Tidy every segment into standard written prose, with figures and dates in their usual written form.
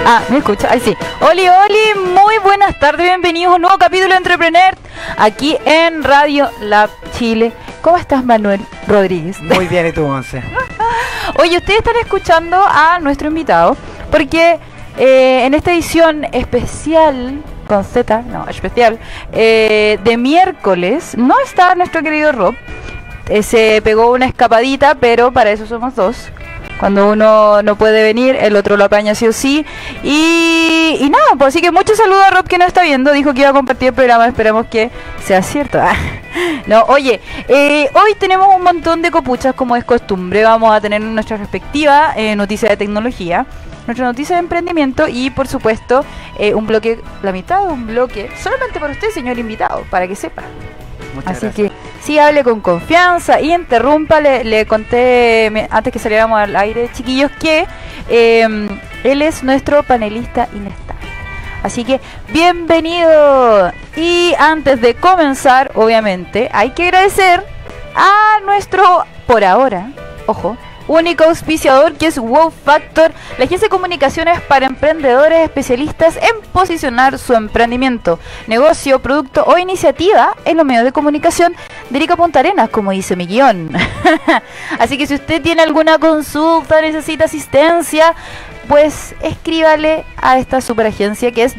Ah, ¿me escucha? Ay, sí. Oli, muy buenas tardes, bienvenidos a un nuevo capítulo de Entrepreneur aquí en Radio Lab Chile. ¿Cómo estás, Manuel Rodríguez? Muy bien, ¿y tú, Monse? Oye, ustedes están escuchando a nuestro invitado porque en esta edición especial, con Z, no, especial, de miércoles, no está nuestro querido Rob. Se pegó una escapadita, pero para eso somos dos. Cuando uno no puede venir, el otro lo apaña sí o sí. Y nada, pues así que muchos saludos a Rob que nos está viendo. Dijo que iba a compartir el programa, esperemos que sea cierto. No, oye, hoy tenemos un montón de copuchas como es costumbre. Vamos a tener nuestra respectiva noticia de tecnología, nuestra noticia de emprendimiento y por supuesto un bloque, la mitad de un bloque, solamente para usted, señor invitado, para que sepa. Muchas Así gracias. que sí, hable con confianza y interrumpa. Le conté antes que saliéramos al aire, chiquillos, que él es nuestro panelista inestable. Así que bienvenido. Y antes de comenzar, obviamente, hay que agradecer a nuestro, por ahora, ojo, único auspiciador, que es Wow Factor, la agencia de comunicaciones para emprendedores especialistas en posicionar su emprendimiento, negocio, producto o iniciativa en los medios de comunicación de Arica Punta Arenas, como dice mi guión. Así que si usted tiene alguna consulta, necesita asistencia, pues escríbale a esta superagencia que es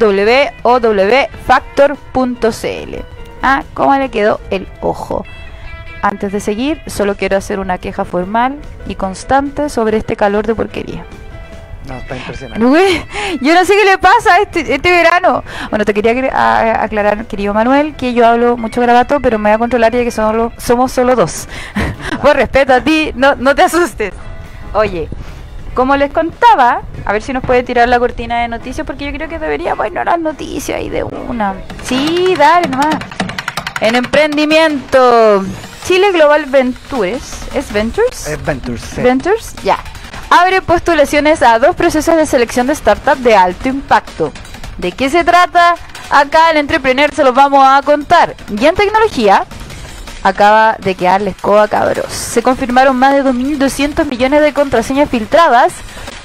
www.factor.cl. Ah, ¿cómo le quedó el ojo? Antes de seguir, solo quiero hacer una queja formal y constante sobre este calor de porquería. No, está impresionante. Yo no sé qué le pasa este verano. Bueno, te quería aclarar, querido Manuel, que yo hablo mucho garabato, pero me voy a controlar ya que somos solo dos. Por respeto a ti, no te asustes. Oye, como les contaba, a ver si nos puede tirar la cortina de noticias, porque yo creo que deberíamos ignorar noticias ahí de una. Sí, dale nomás. En emprendimiento, Chile Global Ventures, ¿es Ventures? Es Ventures, sí. Ventures, ya. Abre postulaciones a 2 procesos de selección de startup de alto impacto. ¿De qué se trata? Acá el Entrepreneur se los vamos a contar. Y en tecnología, acaba de quedar la escoba, cabros. Se confirmaron más de 2.200 millones de contraseñas filtradas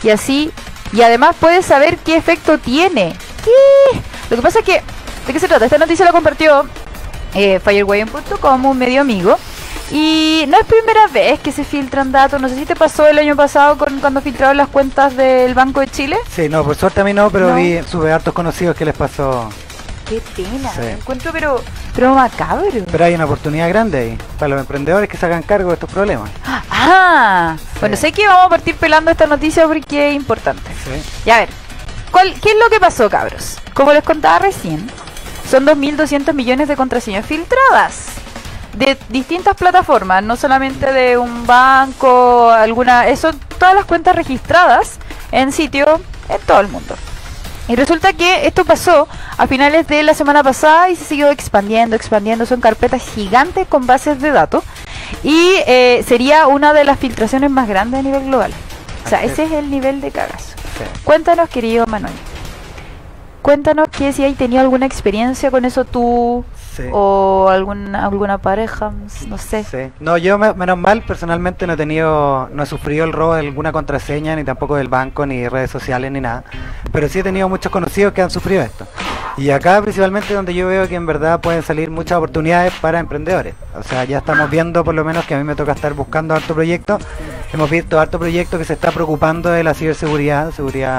y además puedes saber qué efecto tiene. ¿Qué? Lo que pasa es que, ¿de qué se trata? Esta noticia la compartió Firewire.com, un medio amigo, y no es primera vez que se filtran datos. No sé si te pasó el año pasado cuando filtraron las cuentas del Banco de Chile. Sí, no, por suerte a mí no, pero No. supe hartos conocidos que les pasó. Qué pena, Sí. me encuentro pero macabro. Pero hay una oportunidad grande ahí para los emprendedores que se hagan cargo de estos problemas. Bueno, sé que vamos a partir pelando esta noticia porque es importante. Sí. Y a ver, ¿qué es lo que pasó, cabros? Como les contaba recién, son 2.200 millones de contraseñas filtradas de distintas plataformas, no solamente de un banco, todas las cuentas registradas en sitio en todo el mundo. Y resulta que esto pasó a finales de la semana pasada y se siguió expandiendo, son carpetas gigantes con bases de datos y sería una de las filtraciones más grandes a nivel global. O sea, ese es el nivel de cagazo. Sí. Cuéntanos, querido Manuel. Cuéntanos que si hay tenido alguna experiencia con eso tú Sí. o alguna pareja, no sé. Sí. No, yo menos mal personalmente no he sufrido el robo de alguna contraseña, ni tampoco del banco, ni redes sociales, ni nada. Pero sí he tenido muchos conocidos que han sufrido esto. Y acá principalmente donde yo veo que en verdad pueden salir muchas oportunidades para emprendedores. O sea, ya estamos viendo, por lo menos que a mí me toca estar buscando harto proyecto. Hemos visto harto proyecto que se está preocupando de la seguridad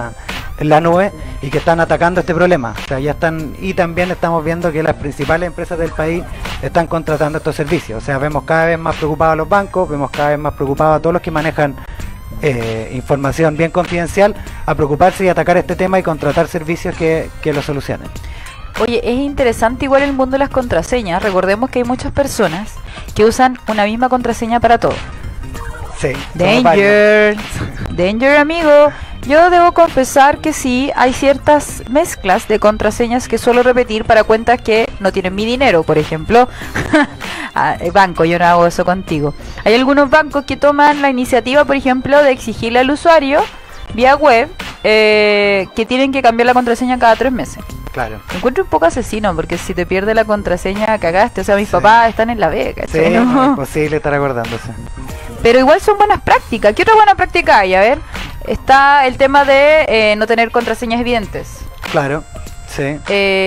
en la nube y que están atacando este problema. O sea, ya están, y también estamos viendo que las principales empresas del país están contratando estos servicios. O sea, vemos cada vez más preocupados a los bancos, vemos cada vez más preocupados a todos los que manejan información bien confidencial a preocuparse y atacar este tema y contratar servicios que lo solucionen. Oye, es interesante igual el mundo de las contraseñas. Recordemos que hay muchas personas que usan una misma contraseña para todo. Sí, somos Danger, danger, amigo. Yo debo confesar que sí, hay ciertas mezclas de contraseñas que suelo repetir para cuentas que no tienen mi dinero, por ejemplo. Banco, yo no hago eso contigo. Hay algunos bancos que toman la iniciativa, por ejemplo, de exigirle al usuario vía web que tienen que cambiar la contraseña cada 3 meses. Claro. Me encuentro un poco asesino, porque si te pierdes la contraseña cagaste. O sea, mis Sí. papás están en la vega. Sí, es imposible estar acordándose. Pero igual son buenas prácticas. ¿Qué otra buena práctica hay? A ver, está el tema de no tener contraseñas evidentes. Claro, sí.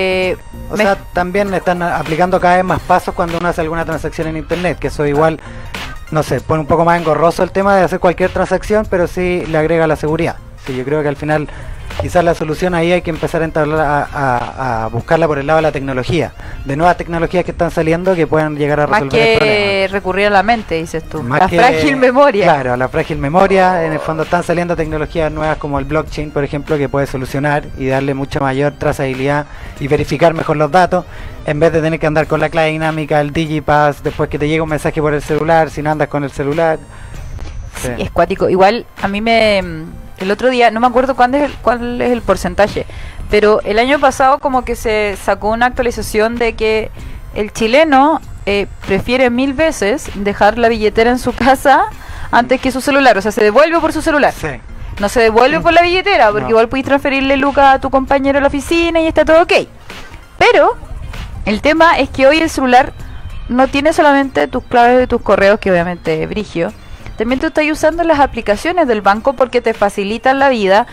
O Me- sea, también están aplicando cada vez más pasos cuando uno hace alguna transacción en internet, que eso igual, no sé, pone un poco más engorroso el tema de hacer cualquier transacción, pero sí le agrega la seguridad. Sí, yo creo que al final quizás la solución ahí hay que empezar a entablar a buscarla por el lado de la tecnología, de nuevas tecnologías que están saliendo que puedan llegar a Más resolver el problema. que recurrir a la mente, dices tú. Más La que- frágil memoria. Claro, la frágil memoria. En el fondo están saliendo tecnologías nuevas como el blockchain, por ejemplo, que puede solucionar y darle mucha mayor trazabilidad y verificar mejor los datos, en vez de tener que andar con la clave dinámica, el Digipass, después que te llega un mensaje por el celular, si no andas con el celular. Sí, es cuático. Igual a mí el otro día, no me acuerdo cuál es el porcentaje, pero el año pasado como que se sacó una actualización de que el chileno prefiere 1000 veces dejar la billetera en su casa antes que su celular. O sea, se devuelve por su celular. Sí. No se devuelve por la billetera, porque No. igual puedes transferirle lucas a tu compañero a la oficina y está todo ok. Pero el tema es que hoy el celular no tiene solamente tus claves de tus correos, que obviamente es brigio. También tú estás usando las aplicaciones del banco porque te facilitan la vida.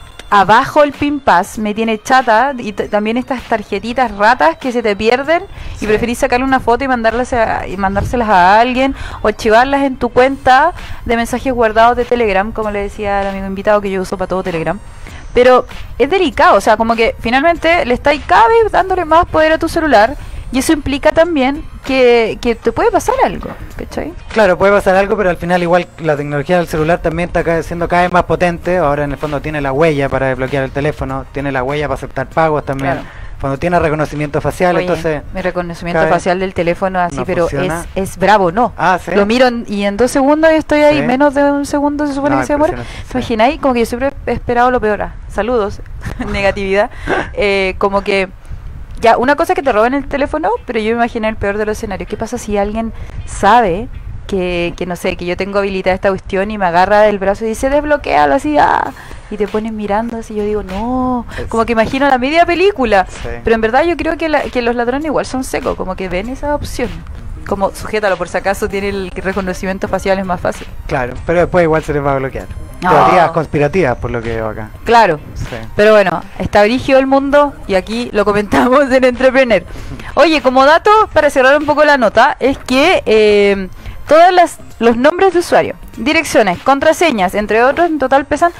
Abajo el PIN Pass me tiene chata y también estas tarjetitas ratas que se te pierden Sí. y preferís sacarle una foto y mandárselas a alguien o archivarlas en tu cuenta de mensajes guardados de Telegram, como le decía al amigo invitado que yo uso para todo Telegram. Pero es delicado, o sea, como que finalmente le estáis cada vez dándole más poder a tu celular y eso implica también que te puede pasar algo, ¿cachai? Claro, puede pasar algo, pero al final igual la tecnología del celular también está siendo cada vez más potente. Ahora en el fondo tiene la huella para desbloquear el teléfono, tiene la huella para aceptar pagos también. Claro. Cuando tiene reconocimiento facial, Oye, entonces... mi reconocimiento cada vez facial del teléfono así, no pero funciona. es bravo, ¿no? Ah, ¿sí? Lo miro y en 2 segundos estoy ahí, Sí. menos de 1 segundo se supone No, que se demora. impresionante, ¿Te imagináis? Como que yo siempre he esperado lo peor. Saludos, negatividad. Como que, ya, una cosa es que te roben el teléfono, pero yo me imaginé el peor de los escenarios. ¿Qué pasa si alguien sabe que no sé, que yo tengo habilitada esta cuestión y me agarra del brazo y dice, desbloquéalo así, y te pones mirando así? Yo digo, no, como que imagino la media película. Sí. Pero en verdad yo creo que los ladrones igual son secos, como que ven esa opción. Como, sujétalo por si acaso tiene el reconocimiento facial, es más fácil. Claro, pero después igual se les va a bloquear. No. Teorías conspirativas, por lo que veo acá. Claro, Sí. pero bueno, está brígido el mundo y aquí lo comentamos en Entrepreneur. Oye, como dato, para cerrar un poco la nota, es que los nombres de usuario, direcciones, contraseñas, entre otros, en total pesan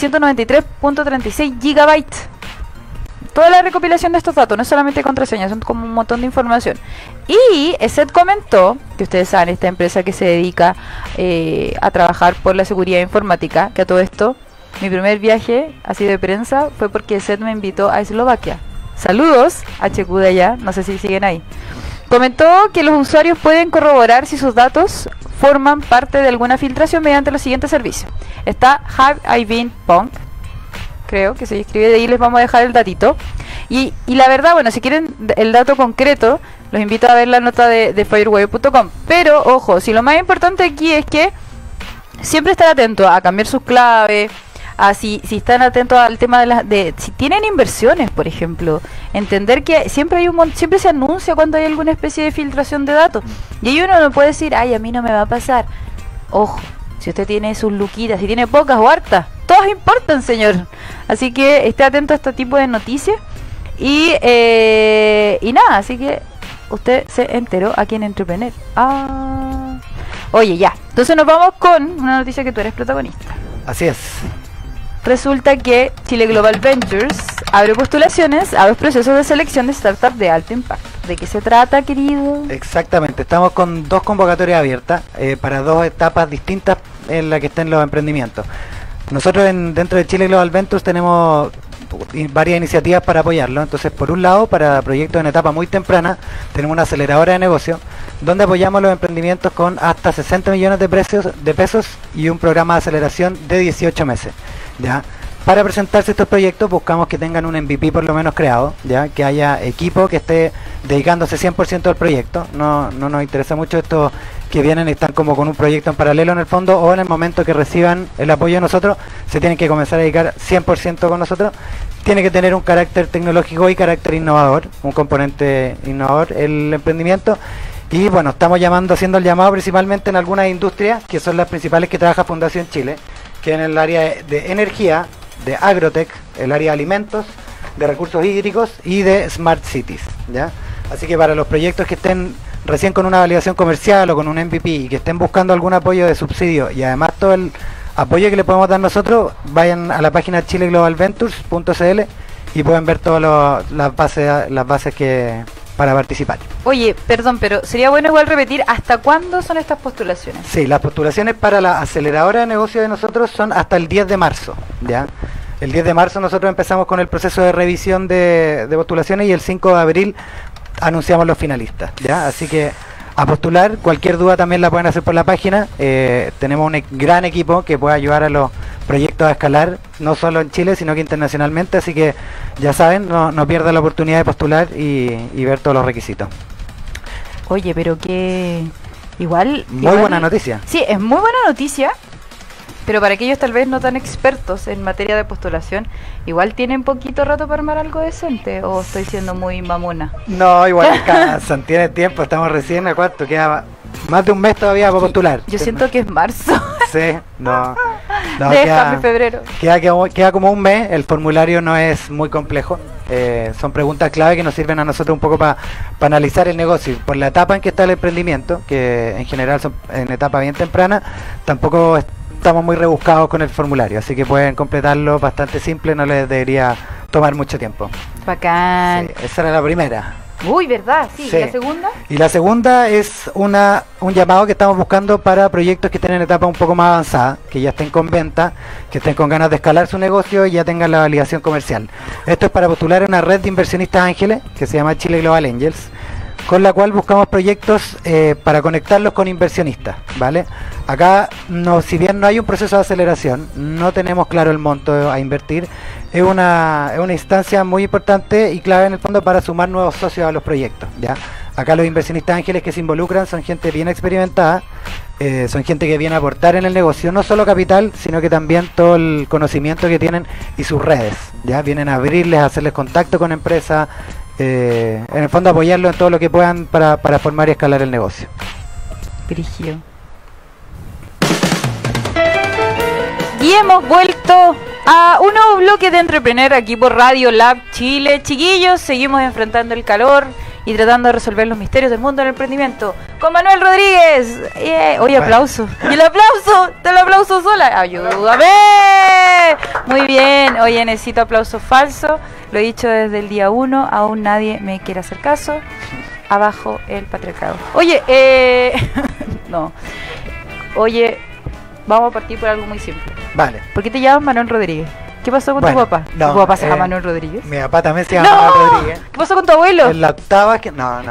993.36 gigabytes. Toda la recopilación de estos datos, no es solamente contraseñas, son como un montón de información. Y ESET comentó, que ustedes saben, esta empresa que se dedica a trabajar por la seguridad informática, que a todo esto, mi primer viaje así de prensa fue porque ESET me invitó a Eslovaquia. Saludos, HQ de allá, no sé si siguen ahí. Comentó que los usuarios pueden corroborar si sus datos forman parte de alguna filtración mediante los siguientes servicios. Está Have I Been Punked, creo que se escribe, de ahí les vamos a dejar el datito. Y la verdad, bueno, si quieren el dato concreto, los invito a ver la nota de firewire.com. Pero, ojo, si lo más importante aquí es que siempre estar atento a cambiar sus claves, a si están atentos al tema de si tienen inversiones, por ejemplo, entender que siempre siempre se anuncia cuando hay alguna especie de filtración de datos. Y ahí uno no puede decir, ay, a mí no me va a pasar. Ojo, si usted tiene sus luquitas, si tiene pocas o hartas, todas importan, señor. Así que esté atento a este tipo de noticias. Y nada, así que usted se enteró aquí en Entrepreneur. Oye, ya. Entonces nos vamos con una noticia que tú eres protagonista. Así es. Resulta que Chile Global Ventures abre postulaciones a 2 procesos de selección de startups de alto impacto. ¿De qué se trata, querido? Exactamente, estamos con 2 convocatorias abiertas para 2 etapas distintas en las que estén los emprendimientos. Nosotros dentro de Chile Global Ventures tenemos varias iniciativas para apoyarlo. Entonces, por un lado, para proyectos en etapa muy temprana, tenemos una aceleradora de negocio donde apoyamos los emprendimientos con hasta 60 millones de pesos y un programa de aceleración de 18 meses. ¿Ya? Para presentarse estos proyectos buscamos que tengan un MVP por lo menos creado, ¿ya? Que haya equipo que esté dedicándose 100% al proyecto. No nos interesa mucho estos que vienen y están como con un proyecto en paralelo en el fondo, o en el momento que reciban el apoyo de nosotros se tienen que comenzar a dedicar 100% con nosotros. Tiene que tener un carácter tecnológico y carácter innovador, un componente innovador el emprendimiento. Y bueno, estamos haciendo el llamado principalmente en algunas industrias que son las principales que trabaja Fundación Chile, que es en el área de energía, de agrotech, el área de alimentos, de recursos hídricos y de smart cities, ¿ya? Así que para los proyectos que estén recién con una validación comercial o con un MVP y que estén buscando algún apoyo de subsidio y además todo el apoyo que le podemos dar nosotros, vayan a la página chileglobalventures.cl y pueden ver todas las bases que para participar. Oye, perdón, pero sería bueno igual repetir hasta cuándo son estas postulaciones. Sí, las postulaciones para la aceleradora de negocio de nosotros son hasta el 10 de marzo, ¿ya? El 10 de marzo nosotros empezamos con el proceso de revisión de postulaciones y el 5 de abril anunciamos los finalistas, ¿ya? Así que a postular, cualquier duda también la pueden hacer por la página. Tenemos un gran equipo que puede ayudar a los proyectos a escalar, no solo en Chile, sino que internacionalmente, así que ya saben, no pierdan la oportunidad de postular y ver todos los requisitos. Oye, pero que igual... Muy buena noticia. Sí, es muy buena noticia, pero para aquellos tal vez no tan expertos en materia de postulación, igual tienen poquito rato para armar algo decente, o estoy siendo muy mamona. No, igual alcanzan, tiene tiempo, estamos recién a cuarto, queda más de un mes todavía para postular. Yo siento que es marzo. Sí, no Déjame febrero. Queda como un mes, el formulario no es muy complejo. Son preguntas clave que nos sirven a nosotros un poco para analizar el negocio. Por la etapa en que está el emprendimiento, que en general son en etapa bien temprana, tampoco estamos muy rebuscados con el formulario, así que pueden completarlo bastante simple, no les debería tomar mucho tiempo. Bacán. Sí, esa era la primera. Uy, ¿verdad? Sí. Sí. ¿Y la segunda? Y la segunda es un llamado que estamos buscando para proyectos que estén en etapa un poco más avanzada, que ya estén con venta, que estén con ganas de escalar su negocio y ya tengan la validación comercial. Esto es para postular una red de inversionistas ángeles que se llama Chile Global Angels, con la cual buscamos proyectos para conectarlos con inversionistas, ¿vale? Acá, si bien no hay un proceso de aceleración, no tenemos claro el monto a invertir, es una instancia muy importante y clave en el fondo para sumar nuevos socios a los proyectos, ¿ya? Acá los inversionistas ángeles que se involucran son gente bien experimentada, son gente que viene a aportar en el negocio, no solo capital, sino que también todo el conocimiento que tienen y sus redes, ¿ya? Vienen a abrirles, a hacerles contacto con empresas, en el fondo apoyarlo en todo lo que puedan para formar y escalar el negocio. Brigio. Y hemos vuelto a un nuevo bloque de Entrepreneur aquí por Radio Lab Chile. Chiquillos, seguimos enfrentando el calor y tratando de resolver los misterios del mundo del emprendimiento con Manuel Rodríguez. Oye, aplauso. Y el aplauso, te lo aplauso sola. Ayúdame. Muy bien. Oye, necesito aplauso falso. Lo he dicho desde el día 1. Aún nadie me quiere hacer caso. Abajo el patriarcado. Oye, no. Oye, vamos a partir por algo muy simple. Vale. ¿Por qué te llamas Manuel Rodríguez? ¿Qué pasó con tu papá? No, ¿Tu papá se llama Manuel Rodríguez? Mi papá también se llama ¡No! Manuel Rodríguez. ¿Qué pasó con tu abuelo? En la octava que... No,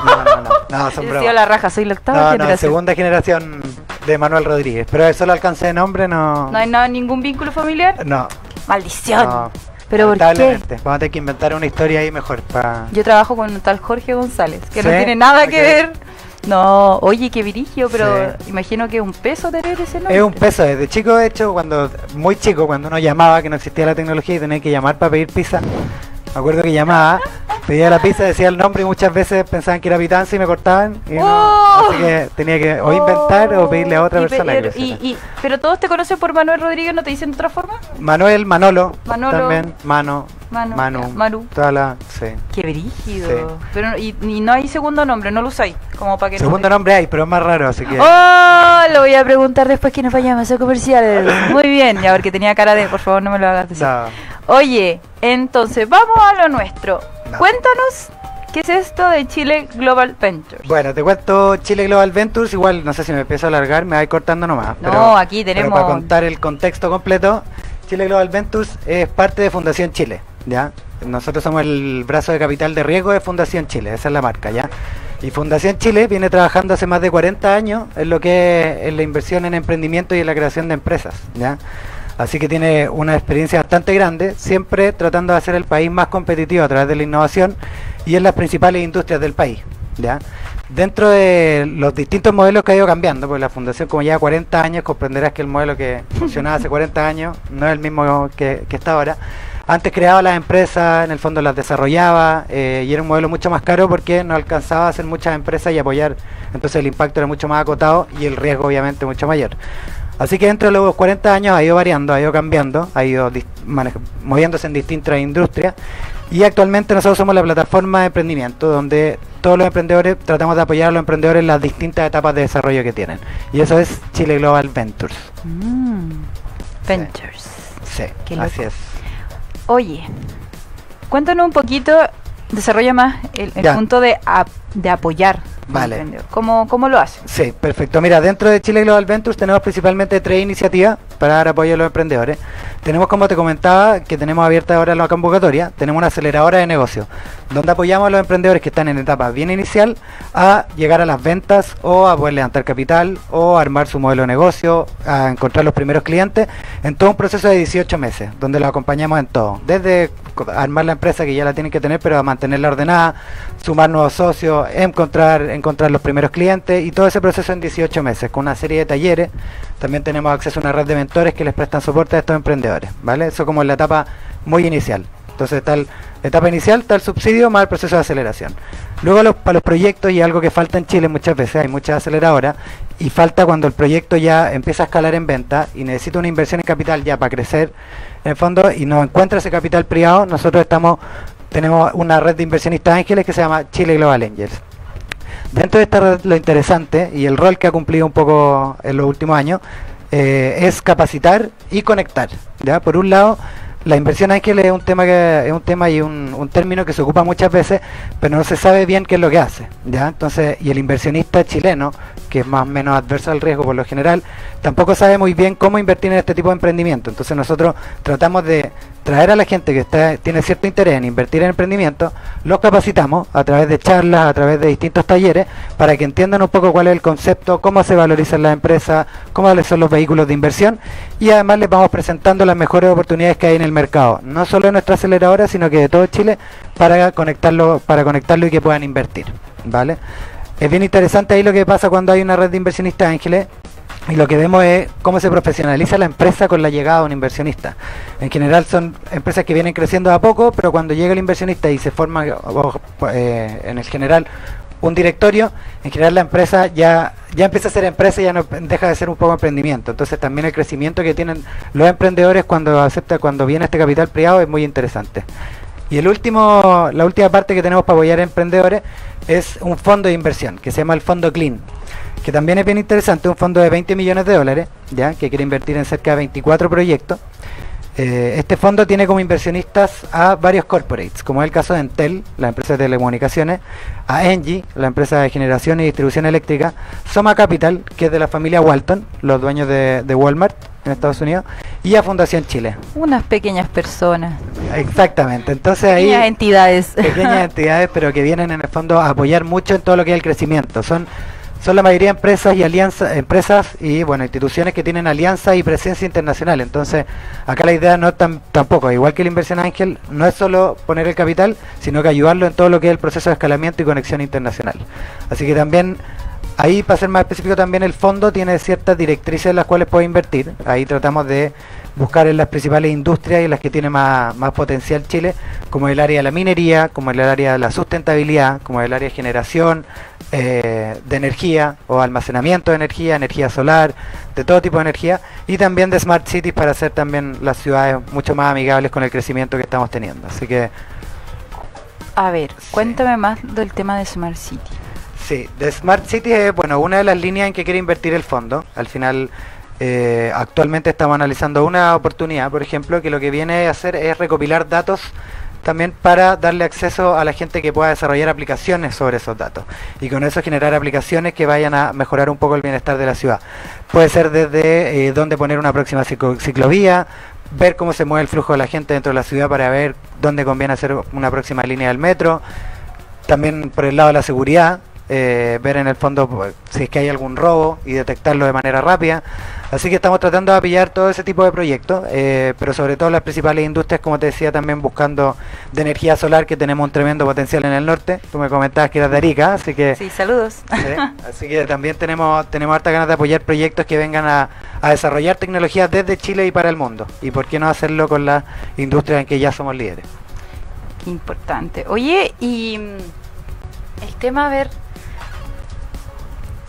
son He bromas. sido la raja, soy la octava No, generación. segunda generación de Manuel Rodríguez. Pero eso lo alcancé de nombre, no... ¿No hay ningún vínculo familiar? No. ¡Maldición! No. ¿Pero por qué? Lamentablemente. Vamos a tener que inventar una historia ahí mejor para... Yo trabajo con un tal Jorge González, que ¿Sí? no tiene nada Ok. que ver. No, oye, qué virigio, pero Sí. imagino que es un peso tener ese nombre. Es un peso, desde chico, de hecho, muy chico, cuando uno llamaba, que no existía la tecnología y tenía que llamar para pedir pizza. Me acuerdo que llamaba, pedía la pizza, decía el nombre y muchas veces pensaban que era Pitanza y me cortaban. Y ¡Oh! así que tenía que o inventar o pedirle a otra persona. Que lo hiciera. Pero todos te conocen por Manuel Rodríguez, ¿no te dicen de otra forma? Manuel, Manolo, Manolo. también, Manu, Manu. sí. Qué brígido. Sí. Pero, y no hay segundo nombre, no lo usáis, como para que Segundo no... nombre hay, pero es más raro, así que... ¡Oh! Lo voy a preguntar después que nos vayamos a comerciales. Muy bien, ya porque tenía cara de, por favor, no me lo hagas decir. No. Oye, entonces, vamos a lo nuestro. No. Cuéntanos, ¿qué es esto de Chile Global Ventures? Bueno, te cuento Chile Global Ventures, igual no sé si me empiezo a alargar, me voy cortando nomás. No, aquí tenemos... Pero para contar el contexto completo, Chile Global Ventures es parte de Fundación Chile, ¿ya? Nosotros somos el brazo de capital de riesgo de Fundación Chile, esa es la marca, ¿ya? Y Fundación Chile viene trabajando hace más de 40 años en lo que es en la inversión en emprendimiento y en la creación de empresas, ¿ya? Así que tiene una experiencia bastante grande, siempre tratando de hacer el país más competitivo a través de la innovación y en las principales industrias del país, ¿ya? Dentro de los distintos modelos que ha ido cambiando, porque la fundación como lleva 40 años, comprenderás que el modelo que funcionaba hace 40 años no es el mismo que está ahora. Antes creaba las empresas, en el fondo las desarrollaba y era un modelo mucho más caro porque no alcanzaba a hacer muchas empresas y apoyar, entonces el impacto era mucho más acotado y el riesgo obviamente mucho mayor. Así que dentro de los 40 años ha ido variando, ha ido cambiando, ha ido moviéndose en distintas industrias, y actualmente nosotros somos la plataforma de emprendimiento donde todos los emprendedores tratamos de apoyar a los emprendedores en las distintas etapas de desarrollo que tienen, y eso es Chile Global Ventures. Ventures. Sí, Qué loco. así es. Oye, cuéntanos un poquito, desarrolla más el Ya. punto de apoyar al Vale. emprendedor. ¿Cómo lo haces? Sí, perfecto. Mira, dentro de Chile Global Ventures tenemos principalmente 3 iniciativas para dar apoyo a los emprendedores. Tenemos, como te comentaba, que tenemos abierta ahora la convocatoria, tenemos una aceleradora de negocios, donde apoyamos a los emprendedores que están en etapa bien inicial a llegar a las ventas, o a poder levantar capital, o a armar su modelo de negocio, a encontrar los primeros clientes, en todo un proceso de 18 meses, donde los acompañamos en todo, desde armar la empresa, que ya la tienen que tener, pero a mantenerla ordenada, sumar nuevos socios, encontrar los primeros clientes, y todo ese proceso en 18 meses, con una serie de talleres. También tenemos acceso a una red de mentores que les prestan soporte a estos emprendedores, ¿vale? Eso como en la etapa muy inicial. Entonces está la etapa inicial, está el subsidio más el proceso de aceleración. Luego para los proyectos, y algo que falta en Chile muchas veces, hay muchas aceleradoras, y falta cuando el proyecto ya empieza a escalar en venta y necesita una inversión en capital ya para crecer, en el fondo, y no encuentra ese capital privado. Nosotros tenemos una red de inversionistas ángeles que se llama Chile Global Angels. Dentro de esta red, lo interesante y el rol que ha cumplido un poco en los últimos años es capacitar y conectar, ¿ya? Por un lado, la inversión ángel es un tema y un término que se ocupa muchas veces, pero no se sabe bien qué es lo que hace, ¿ya? Entonces, y el inversionista chileno, que es más o menos adverso al riesgo por lo general, tampoco sabe muy bien cómo invertir en este tipo de emprendimiento. Entonces nosotros tratamos de traer a la gente que tiene cierto interés en invertir en emprendimiento, los capacitamos a través de charlas, a través de distintos talleres, para que entiendan un poco cuál es el concepto, cómo se valorizan las empresas, cómo son los vehículos de inversión, y además les vamos presentando las mejores oportunidades que hay en el mercado, no solo en nuestra aceleradora, sino que de todo Chile, para conectarlo y que puedan invertir, ¿vale? Es bien interesante ahí lo que pasa cuando hay una red de inversionistas ángeles, y lo que vemos es cómo se profesionaliza la empresa con la llegada de un inversionista. En general son empresas que vienen creciendo de a poco, pero cuando llega el inversionista y se forma en el general un directorio, en general la empresa ya empieza a ser empresa y ya no deja de ser un poco emprendimiento. Entonces también el crecimiento que tienen los emprendedores cuando viene este capital privado es muy interesante. Y la última parte que tenemos para apoyar a emprendedores es un fondo de inversión que se llama el Fondo Clean, que también es bien interesante, un fondo de 20 millones de dólares, ¿ya? Que quiere invertir en cerca de 24 proyectos. Este fondo tiene como inversionistas a varios corporates, como es el caso de Entel, la empresa de telecomunicaciones, a Engie, la empresa de generación y distribución eléctrica, Soma Capital, que es de la familia Walton, los dueños de Walmart en Estados Unidos, y a Fundación Chile. Unas pequeñas personas. Exactamente, entonces ahí... Pequeñas entidades. Pequeñas entidades, pero que vienen en el fondo a apoyar mucho en todo lo que es el crecimiento. Son la mayoría empresas y instituciones que tienen alianza y presencia internacional. Entonces acá la idea no es tampoco, igual que la inversión ángel, no es solo poner el capital, sino que ayudarlo en todo lo que es el proceso de escalamiento y conexión internacional. Así que también ahí, para ser más específico, también el fondo tiene ciertas directrices en las cuales puede invertir. Ahí tratamos de buscar en las principales industrias y las que tiene más potencial Chile, como el área de la minería, como el área de la sustentabilidad, como el área de generación de energía o almacenamiento de energía solar, de todo tipo de energía, y también de Smart Cities para hacer también las ciudades mucho más amigables con el crecimiento que estamos teniendo. Así que... A ver, cuéntame más del tema de Smart City. Sí, de Smart Cities es una de las líneas en que quiere invertir el fondo. Al final, actualmente estamos analizando una oportunidad, por ejemplo, que lo que viene a hacer es recopilar datos también para darle acceso a la gente que pueda desarrollar aplicaciones sobre esos datos, y con eso generar aplicaciones que vayan a mejorar un poco el bienestar de la ciudad. Puede ser desde dónde poner una próxima ciclovía, ver cómo se mueve el flujo de la gente dentro de la ciudad para ver dónde conviene hacer una próxima línea del metro. También por el lado de la seguridad, ver en el fondo si es que hay algún robo y detectarlo de manera rápida. Así que estamos tratando de pillar todo ese tipo de proyectos, pero sobre todo las principales industrias, como te decía, también buscando de energía solar, que tenemos un tremendo potencial en el norte. Tú me comentabas que eras de Arica, así que... Sí, saludos. Así que también tenemos harta ganas de apoyar proyectos que vengan a desarrollar tecnologías desde Chile y para el mundo. Y por qué no hacerlo con las industrias en que ya somos líderes. Qué importante. Oye, y el tema, a ver...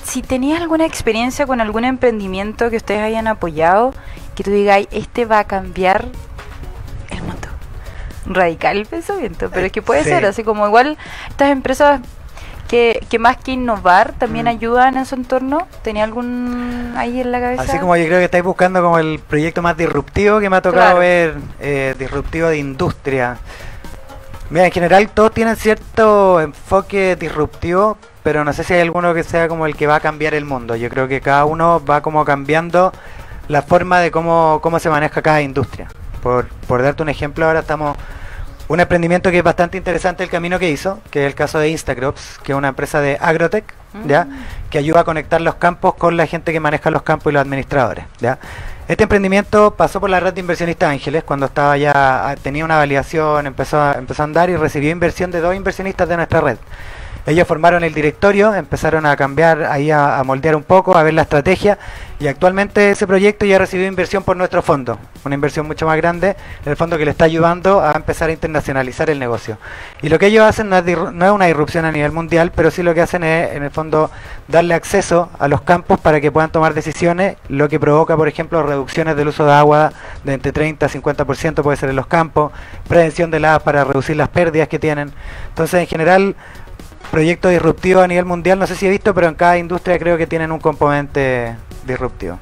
si tenías alguna experiencia con algún emprendimiento que ustedes hayan apoyado, que tú digáis, este va a cambiar el mundo. Radical el pensamiento, pero es que puede ser así como igual estas empresas que más que innovar también ayudan en su entorno. ¿Tenía algún ahí en la cabeza? Así como yo creo que estáis buscando como el proyecto más disruptivo que me ha tocado ver, disruptivo de industria. Mira, en general todos tienen cierto enfoque disruptivo, pero no sé si hay alguno que sea como el que va a cambiar el mundo. Yo creo que cada uno va como cambiando la forma de cómo se maneja cada industria. Por darte un ejemplo, ahora estamos... Un emprendimiento que es bastante interesante el camino que hizo, que es el caso de Instacrops, que es una empresa de agrotech, ¿ya? Que ayuda a conectar los campos con la gente que maneja los campos y los administradores, ¿ya? Este emprendimiento pasó por la red de inversionistas ángeles cuando estaba ya tenía una validación, empezó a andar y recibió inversión de 2 inversionistas de nuestra red. Ellos formaron el directorio, empezaron a cambiar, ahí a moldear un poco, a ver la estrategia, y actualmente ese proyecto ya recibió inversión por nuestro fondo, una inversión mucho más grande, el fondo que le está ayudando a empezar a internacionalizar el negocio. Y lo que ellos hacen no es una disrupción a nivel mundial, pero sí lo que hacen es, en el fondo, darle acceso a los campos para que puedan tomar decisiones, lo que provoca, por ejemplo, reducciones del uso de agua de entre 30 a 50% puede ser en los campos, prevención de heladas para reducir las pérdidas que tienen. Entonces, en general, proyectos disruptivos a nivel mundial, no sé si he visto, pero en cada industria creo que tienen un componente disruptivo.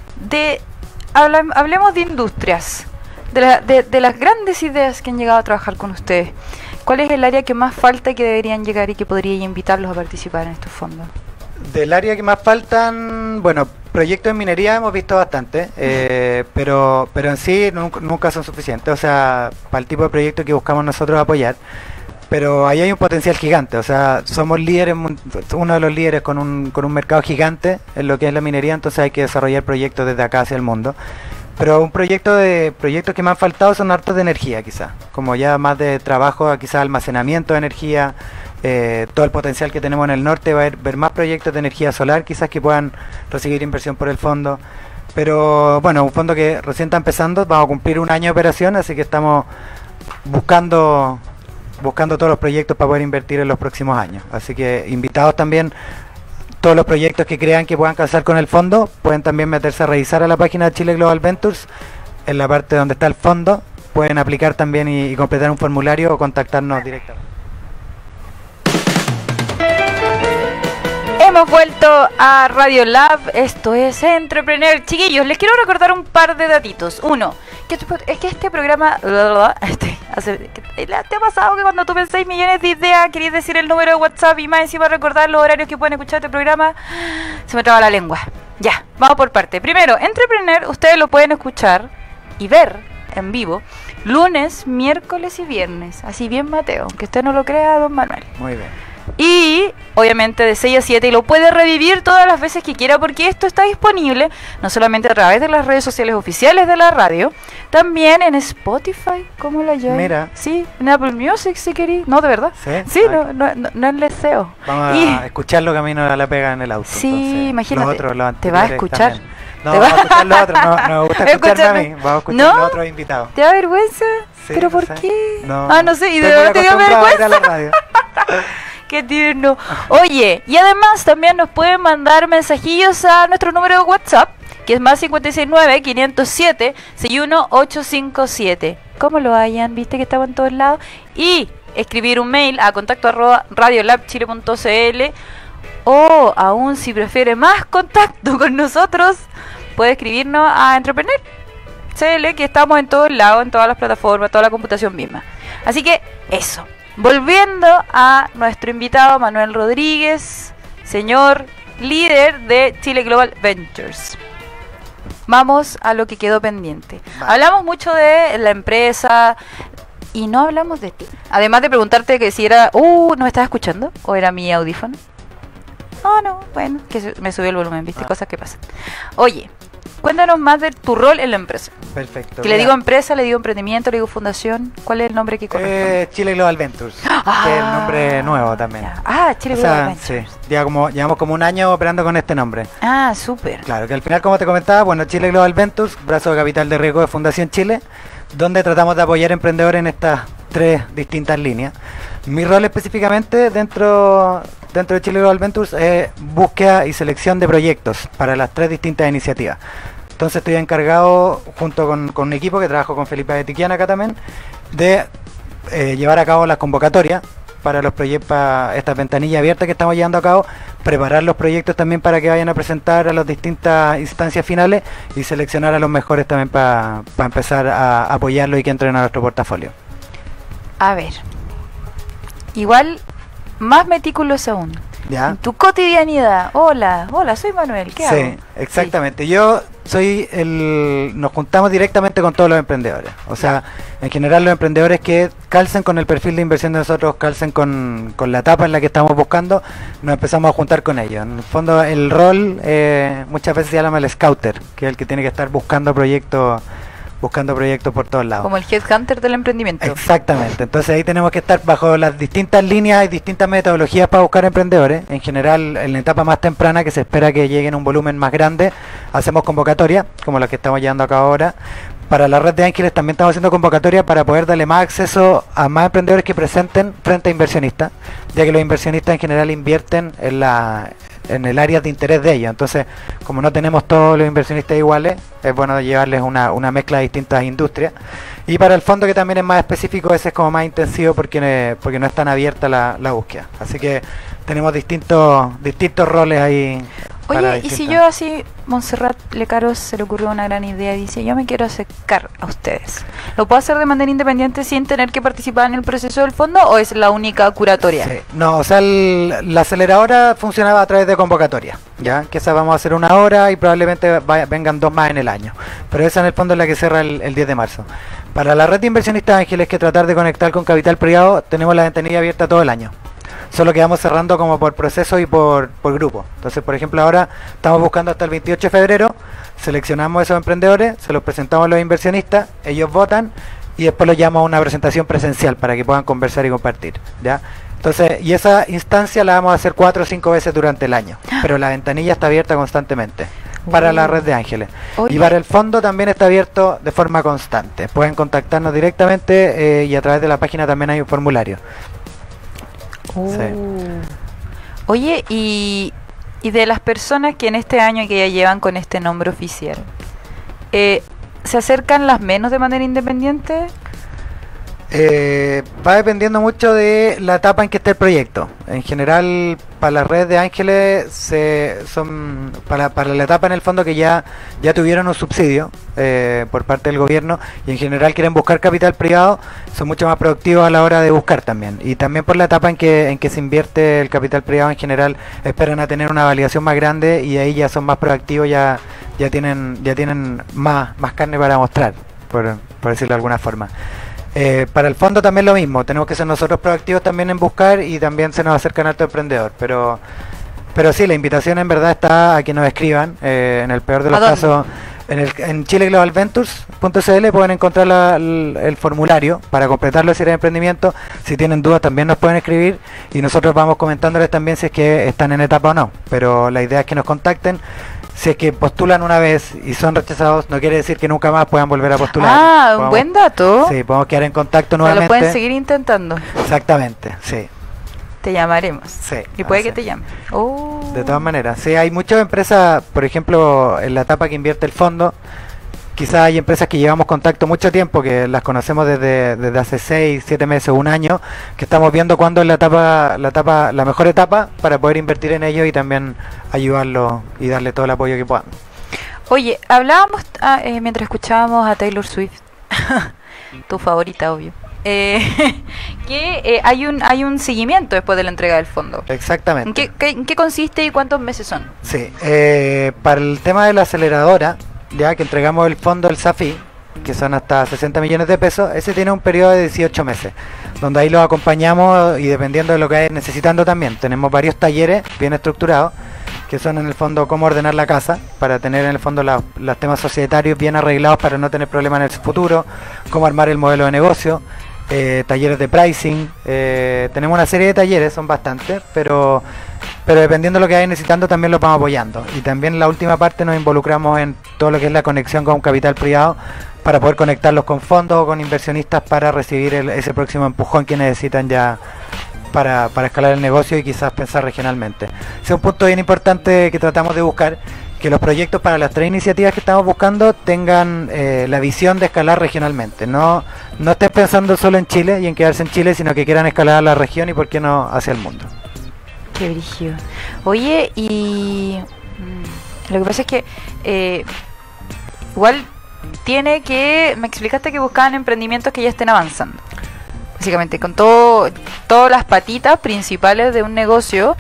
Hablemos de industrias, de las grandes ideas que han llegado a trabajar con ustedes. ¿Cuál es el área que más falta y que deberían llegar y que podría invitarlos a participar en estos fondos? Del área que más faltan, bueno, proyectos en minería hemos visto bastante, pero en sí nunca son suficientes, o sea, para el tipo de proyecto que buscamos nosotros apoyar. Pero ahí hay un potencial gigante, o sea, somos líderes, uno de los líderes con un mercado gigante en lo que es la minería, entonces hay que desarrollar proyectos desde acá hacia el mundo. Pero proyectos que me han faltado son hartos de energía quizás, como ya más de trabajo, quizás almacenamiento de energía, todo el potencial que tenemos en el norte, va a haber más proyectos de energía solar quizás que puedan recibir inversión por el fondo. Pero bueno, un fondo que recién está empezando, vamos a cumplir un año de operación, así que estamos buscando todos los proyectos para poder invertir en los próximos años. Así que invitados también, todos los proyectos que crean que puedan calzar con el fondo, pueden también meterse a revisar a la página de Chile Global Ventures, en la parte donde está el fondo, pueden aplicar también y completar un formulario o contactarnos directamente. Hemos vuelto a Radio Lab, esto es Entrepreneur. Chiquillos, les quiero recordar un par de datitos. Uno, es que este programa... ¿Te ha pasado que cuando tú pensáis millones de ideas, querías decir el número de WhatsApp y más encima recordar los horarios que pueden escuchar este programa? Se me traba la lengua. Ya, vamos por parte. Primero, Entrepreneur, ustedes lo pueden escuchar y ver en vivo lunes, miércoles y viernes. Así bien, Mateo, aunque usted no lo crea, don Manuel. Muy bien. Y obviamente de 6 a 7, y lo puede revivir todas las veces que quiera, porque esto está disponible no solamente a través de las redes sociales oficiales de la radio, también en Spotify, ¿cómo la llaman? Mira. Sí, en Apple Music si queréis. No, de verdad. Sí, no es leseo. Vamos a escucharlo camino a la pega en el auto. Sí, entonces, imagínate. Te vas a escuchar. También. No, vamos a escuchar los otros. No me gusta escucharme a mí. Vamos a escuchar los otros invitados. ¿Te da vergüenza? Sí, ¿Pero no por sé. qué? No sé. ¿Y de verdad te dio vergüenza? A la radio. Qué tierno. Oye, y además también nos pueden mandar mensajillos a nuestro número de WhatsApp, que es más 569-507-61857. ¿Cómo lo hayan? ¿Viste que estaba en todos lados? Y escribir un mail a contacto@radiolabchile.cl, o aún si prefiere más contacto con nosotros, puede escribirnos a Entrepreneur CL, que estamos en todos lados, en todas las plataformas, toda la computación misma. Así que eso. Volviendo a nuestro invitado Manuel Rodríguez, señor líder de Chile Global Ventures. Vamos a lo que quedó pendiente. Vale. Hablamos mucho de la empresa y no hablamos de ti. Además de preguntarte que si era... ¿no me estás escuchando? ¿O era mi audífono? No, bueno, que me subió el volumen, ¿viste? Cosas que pasan. Oye, cuéntanos más de tu rol en la empresa. Perfecto. Que le digo empresa, le digo emprendimiento, le digo fundación. ¿Cuál es el nombre que corresponde? Chile Global Ventures, que es el nombre nuevo también. Chile Global Ventures. Sí, llevamos como un año operando con este nombre. Súper. Claro, que al final, como te comentaba, bueno, Chile Global Ventures, brazo de capital de riesgo de Fundación Chile, donde tratamos de apoyar emprendedores en estas 3 distintas líneas. Mi rol específicamente dentro dentro de Chile Global Ventures es búsqueda y selección de proyectos para las 3 distintas iniciativas. Entonces estoy encargado, junto con un equipo que trabajo con Felipe Betiquian acá también, de llevar a cabo las convocatorias para los proyectos, para estas ventanillas abiertas que estamos llevando a cabo, preparar los proyectos también para que vayan a presentar a las distintas instancias finales y seleccionar a los mejores también para empezar a apoyarlo y que entren a nuestro portafolio. A ver, igual más meticuloso aún. ¿Ya? En tu cotidianidad. Hola, soy Manuel, ¿qué hago? Sí, exactamente. Yo soy nos juntamos directamente con todos los emprendedores. O sea, en general los emprendedores que calcen con el perfil de inversión de nosotros, calcen con la etapa en la que estamos buscando, nos empezamos a juntar con ellos. En el fondo el rol muchas veces se llama el scouter, que es el que tiene que estar buscando proyectos por todos lados. Como el headhunter del emprendimiento. Exactamente, entonces ahí tenemos que estar bajo las distintas líneas y distintas metodologías para buscar emprendedores. En general, en la etapa más temprana, que se espera que lleguen a un volumen más grande, hacemos convocatorias, como las que estamos llevando acá ahora. Para la red de ángeles también estamos haciendo convocatorias para poder darle más acceso a más emprendedores que presenten frente a inversionistas, ya que los inversionistas en general invierten en el área de interés de ellos. Entonces, como no tenemos todos los inversionistas iguales, es bueno llevarles una mezcla de distintas industrias. Y para el fondo, que también es más específico, ese es como más intensivo porque no es tan abierta la búsqueda. Así que tenemos distintos roles ahí. Oye, y si yo así, Montserrat Lecaros se le ocurrió una gran idea y dice, yo me quiero acercar a ustedes, ¿lo puedo hacer de manera independiente sin tener que participar en el proceso del fondo o es la única curatoria? Sí. No, o sea, la aceleradora funcionaba a través de convocatoria, ¿ya? Que esa vamos a hacer una hora y probablemente vengan 2 más en el año, pero esa en el fondo es la que cierra el 10 de marzo. Para la red de inversionistas ángeles, que tratar de conectar con capital privado, tenemos la ventanilla abierta todo el año. Solo que vamos cerrando como por proceso y por grupo. Entonces, por ejemplo, ahora estamos buscando hasta el 28 de febrero, seleccionamos a esos emprendedores, se los presentamos a los inversionistas, ellos votan y después los llamamos a una presentación presencial para que puedan conversar y compartir, ¿ya? Entonces, y esa instancia la vamos a hacer 4 o 5 veces durante el año, pero la ventanilla está abierta constantemente para la red de ángeles. Oye. Y para el fondo también está abierto de forma constante. Pueden contactarnos directamente y a través de la página también hay un formulario. Sí. Oye, y de las personas que en este año que ya llevan con este nombre oficial, ¿se acercan las menos de manera independiente? Va dependiendo mucho de la etapa en que esté el proyecto. En general, para las redes de ángeles son para la etapa en el fondo que ya tuvieron un subsidio por parte del gobierno y en general quieren buscar capital privado, son mucho más productivos a la hora de buscar también. Y también por la etapa en que se invierte el capital privado, en general esperan a tener una validación más grande y ahí ya son más proactivos, ya tienen más carne para mostrar, por decirlo de alguna forma. Para el fondo también lo mismo, tenemos que ser nosotros proactivos también en buscar y también se nos acercan a alto emprendedor, pero sí, la invitación en verdad está a que nos escriban, en el peor de los casos, en chileglobalventures.cl pueden encontrar el formulario para completarlo si eres emprendimiento. Si tienen dudas también nos pueden escribir y nosotros vamos comentándoles también si es que están en etapa o no, pero la idea es que nos contacten. Si es que postulan una vez y son rechazados, no quiere decir que nunca más puedan volver a postular. Un buen dato. Sí, podemos quedar en contacto nuevamente. Lo pueden seguir intentando. Exactamente, sí. Te llamaremos. Sí. Y puede que te llamen. De todas maneras, sí, hay muchas empresas, por ejemplo, en la etapa que invierte el fondo, quizás hay empresas que llevamos contacto mucho tiempo, que las conocemos desde hace 6, 7 meses, un año, que estamos viendo cuándo es la mejor etapa para poder invertir en ellos y también ayudarlos y darle todo el apoyo que puedan. Oye, hablábamos mientras escuchábamos a Taylor Swift, tu favorita, obvio, que hay un seguimiento después de la entrega del fondo. Exactamente. ¿En qué consiste y cuántos meses son? Sí, para el tema de la aceleradora, ya que entregamos el fondo del SAFI, que son hasta 60 millones de pesos, ese tiene un periodo de 18 meses, donde ahí los acompañamos y dependiendo de lo que vayan necesitando también. Tenemos varios talleres bien estructurados, que son en el fondo cómo ordenar la casa, para tener en el fondo los temas societarios bien arreglados para no tener problemas en el futuro, cómo armar el modelo de negocio, talleres de pricing, tenemos una serie de talleres, son bastantes, pero dependiendo de lo que vayan necesitando también los vamos apoyando. Y también en la última parte nos involucramos en todo lo que es la conexión con capital privado para poder conectarlos con fondos o con inversionistas para recibir ese próximo empujón que necesitan ya para escalar el negocio y quizás pensar regionalmente. Ese es un punto bien importante que tratamos de buscar, que los proyectos para las 3 iniciativas que estamos buscando tengan la visión de escalar regionalmente. No estén pensando solo en Chile y en quedarse en Chile, sino que quieran escalar a la región y por qué no hacia el mundo. Qué brígido. Oye, y lo que pasa es que igual me explicaste que buscaban emprendimientos que ya estén avanzando. Básicamente, con todas las patitas principales de un negocio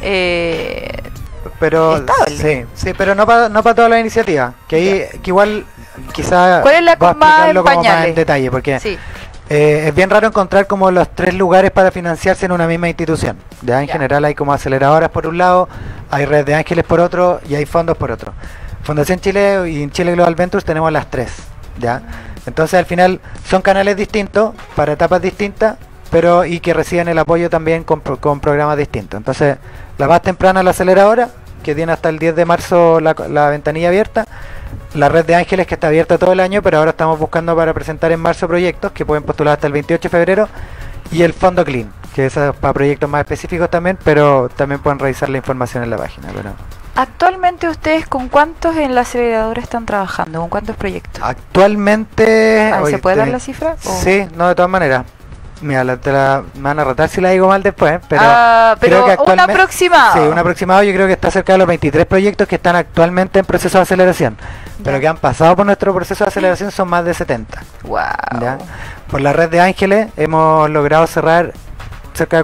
pero estable. sí, pero no para todas las iniciativas, que ahí que igual quizás ¿cuál es la voy a más explicarlo como más pañales? en detalle, porque Sí. es bien raro encontrar como los 3 lugares para financiarse en una misma institución. Ya en general hay como aceleradoras por un lado, hay Red de Ángeles por otro y hay fondos por otro. Fundación Chile y Chile Global Ventures tenemos las 3, ¿ya? Entonces al final son canales distintos para etapas distintas, pero y que reciben el apoyo también con programas distintos. Entonces la más temprana, la aceleradora, que tiene hasta el 10 de marzo la ventanilla abierta, la Red de Ángeles, que está abierta todo el año, pero ahora estamos buscando para presentar en marzo proyectos que pueden postular hasta el 28 de febrero, y el Fondo Clean, que es para proyectos más específicos también, pero también pueden revisar la información en la página. Pero Actualmente ustedes con cuántos en la aceleradora están trabajando, con cuántos proyectos. actualmente... ¿Se puede dar la cifra? Sí, no, de todas maneras. Mira, me van a retar si la digo mal después, pero pero creo que un aproximado. Sí, un aproximado. Yo creo que está cerca de los 23 proyectos que están actualmente en proceso de aceleración, pero que han pasado por nuestro proceso de aceleración son más de 70. Wow. ¿Ya? Por la Red de Ángeles hemos logrado cerrar cerca de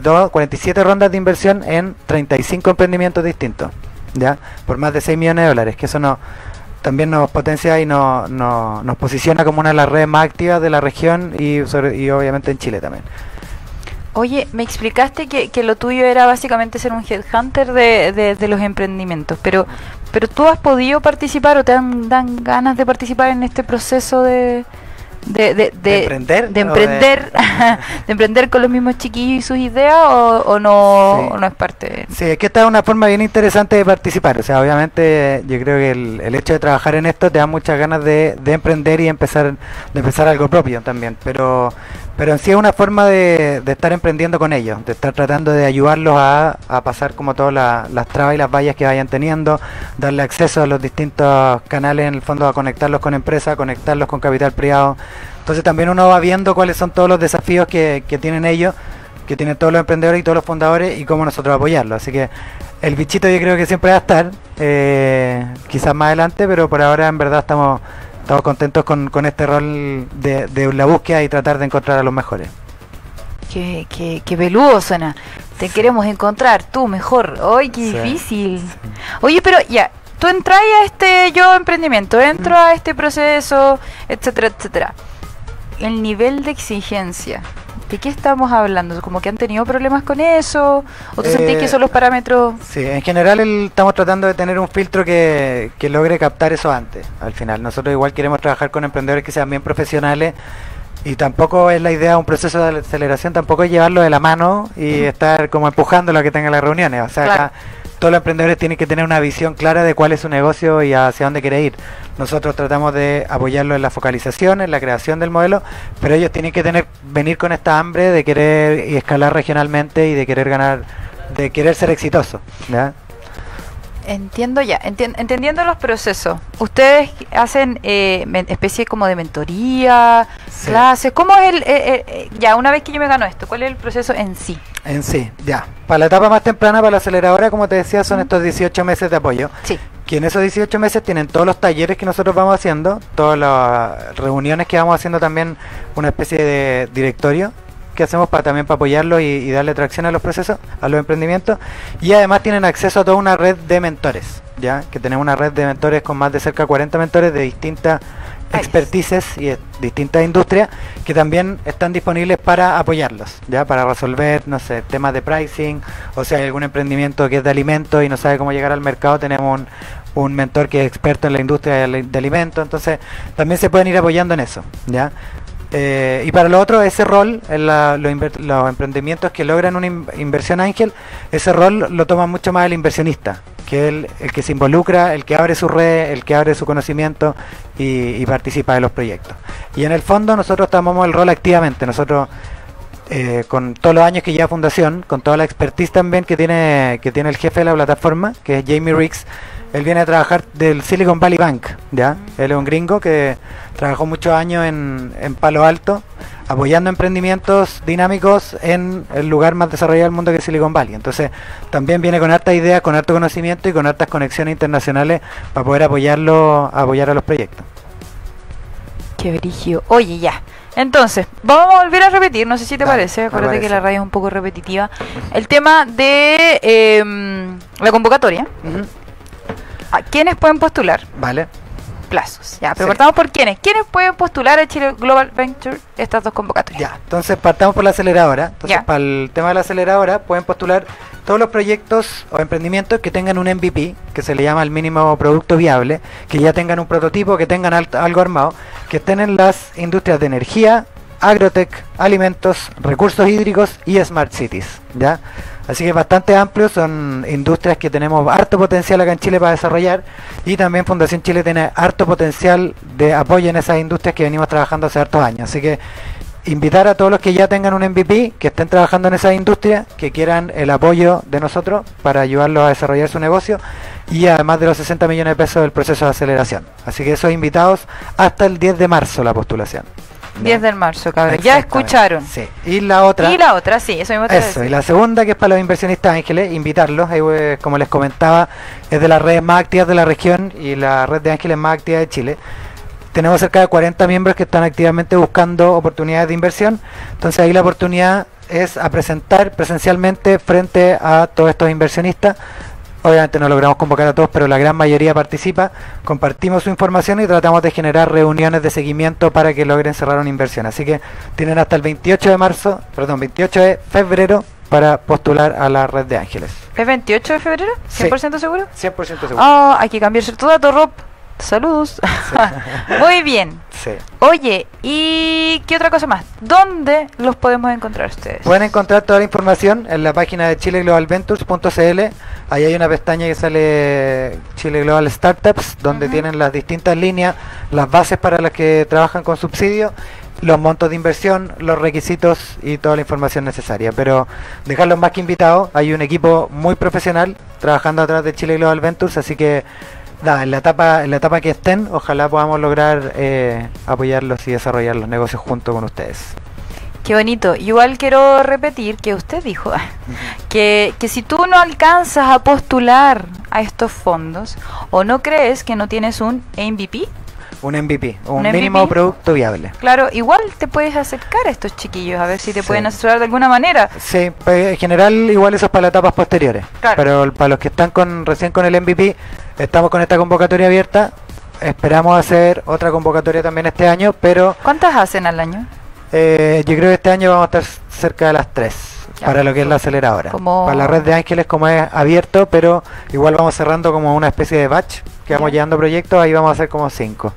47 rondas de inversión en 35 emprendimientos distintos, ¿ya? Por más de 6 millones de dólares, que eso también nos potencia y nos posiciona como una de las redes más activas de la región y obviamente en Chile también. Oye, me explicaste que lo tuyo era básicamente ser un headhunter de los emprendimientos, pero tú has podido participar o te dan ganas de participar en este proceso de emprender, de emprender de emprender con los mismos chiquillos y sus ideas o no, Sí. o no es parte de... Sí, es que esta es una forma bien interesante de participar. O sea, obviamente yo creo que el hecho de trabajar en esto te da muchas ganas de emprender y de empezar algo propio también. Pero en sí es una forma de estar emprendiendo con ellos, de estar tratando de ayudarlos a pasar como todas las trabas y las vallas que vayan teniendo, darle acceso a los distintos canales, en el fondo a conectarlos con empresas, a conectarlos con capital privado. Entonces también uno va viendo cuáles son todos los desafíos que tienen ellos, que tienen todos los emprendedores y todos los fundadores, y cómo nosotros apoyarlos. Así que el bichito yo creo que siempre va a estar, quizás más adelante, pero por ahora en verdad estamos contentos con este rol de la búsqueda y tratar de encontrar a los mejores. Qué peludo suena. Te queremos encontrar, tú mejor. ¡Ay, qué Sí. difícil! Oye, pero ya, tú entras a este emprendimiento, entro a este proceso, etcétera, etcétera. El nivel de exigencia, ¿de qué estamos hablando? ¿Como que han tenido problemas con eso? ¿O tú sentís que son los parámetros? Sí, en general estamos tratando de tener un filtro que logre captar eso antes. Al final, nosotros igual queremos trabajar con emprendedores que sean bien profesionales, y tampoco es la idea de un proceso de aceleración, tampoco es llevarlo de la mano y estar como empujándolo a que tenga las reuniones. O sea, Claro. acá todos los emprendedores tienen que tener una visión clara de cuál es su negocio y hacia dónde quiere ir. Nosotros tratamos de apoyarlo en la focalización, en la creación del modelo, pero ellos tienen que venir con esta hambre de querer y escalar regionalmente y de querer ganar, de querer ser exitoso, ¿ya? Entiendo ya, entendiendo los procesos. Ustedes hacen especie como de mentoría, Sí. clases. ¿Cómo es ya, una vez que yo me gano esto, cuál es el proceso en sí? En sí, ya. Para la etapa más temprana, para la aceleradora, como te decía, son estos 18 meses de apoyo. Sí. Que en esos 18 meses tienen todos los talleres que nosotros vamos haciendo, todas las reuniones que vamos haciendo, también una especie de directorio que hacemos también para apoyarlo y darle tracción a los procesos, a los emprendimientos, y además tienen acceso a toda una red de mentores, ya que tenemos una red de mentores con más de cerca de 40 mentores de distintas expertices y distintas industrias que también están disponibles para apoyarlos, ya para resolver, no sé, temas de pricing, o sea, hay algún emprendimiento que es de alimentos y no sabe cómo llegar al mercado, tenemos un mentor que es experto en la industria de alimentos, entonces también se pueden ir apoyando en eso, ya. Y para lo otro, ese rol, en los emprendimientos que logran una inversión ángel, ese rol lo toma mucho más el inversionista, que es el que se involucra, el que abre su red, el que abre su conocimiento y participa de los proyectos. Y en el fondo nosotros tomamos el rol activamente, nosotros con todos los años que lleva Fundación, con toda la expertise también que tiene el jefe de la plataforma, que es Jamie Riggs. Él viene a trabajar del Silicon Valley Bank, ¿ya? Él es un gringo que trabajó muchos años en Palo Alto, apoyando emprendimientos dinámicos en el lugar más desarrollado del mundo que es Silicon Valley. Entonces, también viene con hartas ideas, con harto conocimiento y con hartas conexiones internacionales para poder apoyar a los proyectos. Qué brígido. Oye, ya. Entonces, vamos a volver a repetir, no sé si te parece, acuérdate que la radio es un poco repetitiva. El tema de la convocatoria. ¿A quiénes pueden postular? Vale. Plazos, ya, pero partamos por quiénes. ¿Quiénes pueden postular a Chile Global Venture estas dos convocatorias? Ya, entonces partamos por la aceleradora. Entonces, para el tema de la aceleradora, pueden postular todos los proyectos o emprendimientos que tengan un MVP, que se le llama el mínimo producto viable, que ya tengan un prototipo, que tengan algo armado, que estén en las industrias de energía, agrotech, alimentos, recursos hídricos y smart cities, ¿ya? Así que es bastante amplio, son industrias que tenemos harto potencial acá en Chile para desarrollar, y también Fundación Chile tiene harto potencial de apoyo en esas industrias que venimos trabajando hace hartos años. Así que invitar a todos los que ya tengan un MVP, que estén trabajando en esas industrias, que quieran el apoyo de nosotros para ayudarlos a desarrollar su negocio, y además de los 60 millones de pesos del proceso de aceleración. Así que esos invitados hasta el 10 de marzo la postulación. 10 de marzo, cabrón. Ya escucharon. Sí. Y la otra, sí, eso mismo te eso. Y la segunda, que es para los inversionistas ángeles, invitarlos. Como les comentaba, es de las redes más activas de la región y la red de ángeles más activa de Chile. Tenemos cerca de 40 miembros que están activamente buscando oportunidades de inversión. Entonces ahí la oportunidad es a presentar presencialmente frente a todos estos inversionistas. Obviamente no logramos convocar a todos, pero la gran mayoría participa. Compartimos su información y tratamos de generar reuniones de seguimiento para que logren cerrar una inversión. Así que tienen hasta el 28 de febrero para postular a la red de ángeles. ¿Es 28 de febrero? ¿100% sí. seguro? 100% seguro. Hay que cambiarse tu dato, Rob. Saludos. Muy bien. Sí. Oye, ¿y qué otra cosa más? ¿Dónde los podemos encontrar ustedes? Pueden encontrar toda la información en la página de chileglobalventures.cl. Ahí hay una pestaña que sale Chile Global Startups, donde tienen las distintas líneas, las bases para las que trabajan con subsidio, los montos de inversión, los requisitos y toda la información necesaria. Pero dejarlos más que invitados, hay un equipo muy profesional trabajando atrás de Chile Global Ventures, así que en la etapa que estén, ojalá podamos lograr apoyarlos y desarrollar los negocios junto con ustedes. Qué bonito. Igual quiero repetir que usted dijo que si tú no alcanzas a postular a estos fondos o no crees que no tienes un MVP, un mínimo producto viable. Claro, igual te puedes acercar a estos chiquillos a ver si te pueden asesorar de alguna manera. Sí, pues, en general igual eso es para las etapas posteriores. Claro. Pero para los que están recién con el MVP, estamos con esta convocatoria abierta. Esperamos hacer otra convocatoria también este año, pero... ¿Cuántas hacen al año? Yo creo que este año vamos a estar cerca de las 3 para lo que es la aceleradora. Para la red de ángeles, como es abierto, pero igual vamos cerrando como una especie de batch que vamos llevando proyectos, ahí vamos a hacer como 5.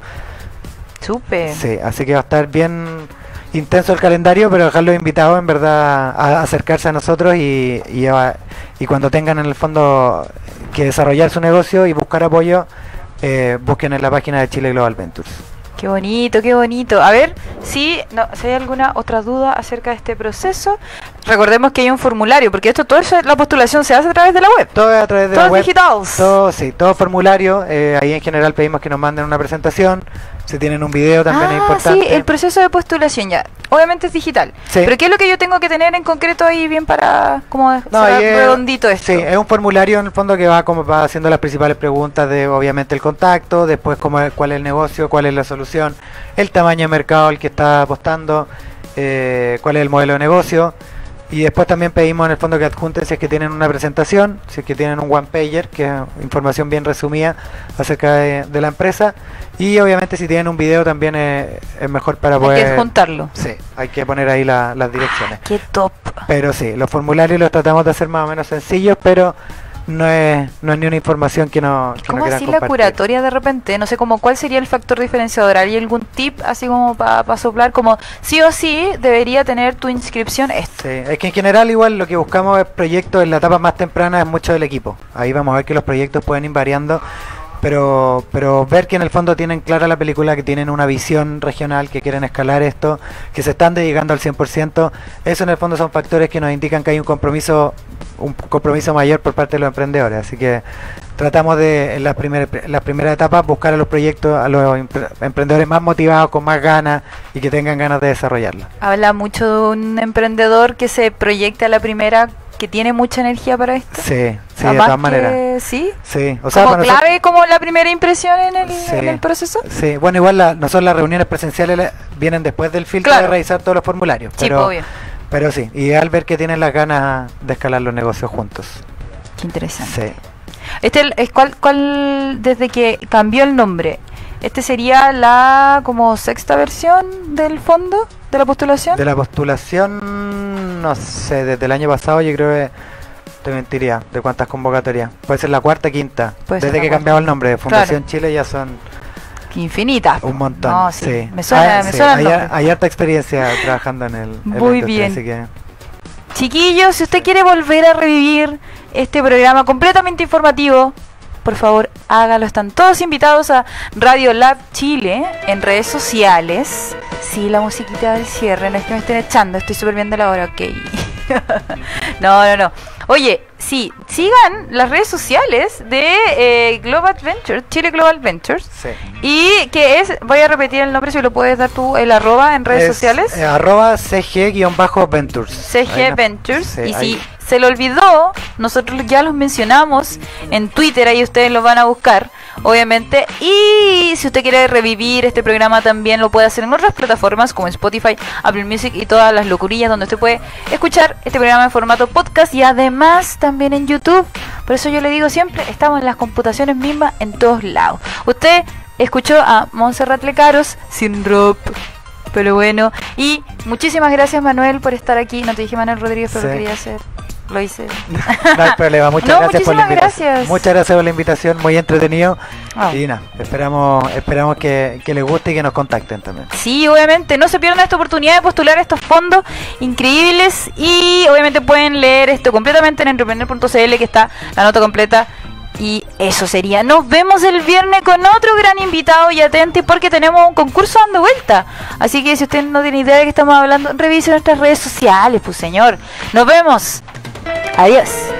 Súper. Sí, así que va a estar bien intenso el calendario, pero dejarlos invitados en verdad a acercarse a nosotros y cuando tengan en el fondo que desarrollar su negocio y buscar apoyo, busquen en la página de Chile Global Ventures. Qué bonito, qué bonito. A ver, si hay alguna otra duda acerca de este proceso, recordemos que hay un formulario, porque toda la postulación se hace a través de la web. Todo a través de la web. Digitales. Todo formulario. Ahí en general pedimos que nos manden una presentación. Si tienen un video también es importante. Sí, el proceso de postulación ya. Obviamente es digital. Sí. Pero ¿qué es lo que yo tengo que tener en concreto ahí bien para redondito esto? Sí, es un formulario en el fondo que va haciendo las principales preguntas de obviamente el contacto, después cuál es el negocio, cuál es la solución, el tamaño de mercado al que está apostando, cuál es el modelo de negocio. Y después también pedimos en el fondo que adjunten si es que tienen una presentación, si es que tienen un one pager, que es información bien resumida acerca de la empresa. Y obviamente si tienen un video también es mejor para poder... Hay que adjuntarlo. Sí, hay que poner ahí las direcciones. ¡Qué top! Pero sí, los formularios los tratamos de hacer más o menos sencillos, pero no es ni una información que no ¿Cómo quieran así compartir. La curatoria de repente? No sé, como cuál sería el factor diferenciador. ¿Hay algún tip así como para soplar? Como sí o sí debería tener tu inscripción esto. Sí, es que en general igual lo que buscamos es proyectos en la etapa más temprana, es mucho del equipo. Ahí vamos a ver que los proyectos pueden ir variando. pero ver que en el fondo tienen clara la película, que tienen una visión regional, que quieren escalar esto, que se están dedicando al 100%, eso en el fondo son factores que nos indican que hay un compromiso mayor por parte de los emprendedores. Así que tratamos de, en las primeras etapas, buscar a los proyectos, a los emprendedores más motivados, con más ganas y que tengan ganas de desarrollarlo. Habla mucho de un emprendedor que se proyecte a la primera, que tiene mucha energía para esto. Sí, de Además todas maneras. Sí. Sí, o sea, como para clave, nosotros, como la primera impresión en Sí. el proceso. sí, bueno, igual nosotros las reuniones presenciales vienen después del filtro Claro. de revisar todos los formularios. Sí, Pero, obvio. pero sí, y al ver que tienen las ganas de escalar los negocios juntos. Qué interesante. Sí. ¿Cuál desde que cambió el nombre? ¿Este sería la como sexta versión del fondo de la postulación? De la postulación, no sé, desde el año pasado yo creo que te mentiría de cuántas convocatorias. Puede ser la cuarta, quinta. Puede ser Desde la que cuarta. cambiaba el nombre de Fundación Chile ya son Qué infinitas. un montón. No, sí. Sí. Me suena, me suena el hay, nombre. hay harta experiencia trabajando en en la Muy industria, bien. así que Chiquillos, si usted quiere volver a revivir este programa completamente informativo, por favor, hágalo. Están todos invitados a Radio Lab Chile en redes sociales. Sí, la musiquita del cierre, no es que me estén echando, estoy súper bien de la hora, ok. No. Oye, sí, sigan las redes sociales de Global Ventures, Chile Global Ventures. sí. Y que es, voy a repetir el nombre, si lo puedes dar tú, el arroba en redes sociales. Arroba CG-Ventures. CG Ahí no- Ventures. sí, Y ahí. si se lo olvidó, nosotros ya los mencionamos en Twitter, ahí ustedes lo van a buscar, obviamente. Y si usted quiere revivir este programa, también lo puede hacer en otras plataformas como Spotify, Apple Music y todas las locurillas donde usted puede escuchar este programa en formato podcast, y además también en YouTube. Por eso yo le digo siempre, estamos en las computaciones mismas en todos lados. Usted escuchó a Montserrat Lecaros sin rap. Pero bueno, y muchísimas gracias, Manuel, por estar aquí. No te dije Manuel Rodríguez, pero lo Sí. quería hacer. Lo hice. No hay problema, muchas No, gracias por la muchísimas invitación. gracias. Muchas gracias por la invitación, muy entretenido. Ah. Y nada, esperamos que les guste y que nos contacten también. Sí, obviamente, no se pierdan esta oportunidad de postular estos fondos increíbles, y obviamente pueden leer esto completamente en entrepreneur.cl, que está la nota completa. Y eso sería. Nos vemos el viernes con otro gran invitado, y atente porque tenemos un concurso dando vuelta. Así que si usted no tiene idea de qué estamos hablando, revise nuestras redes sociales, pues señor. Nos vemos. Adiós.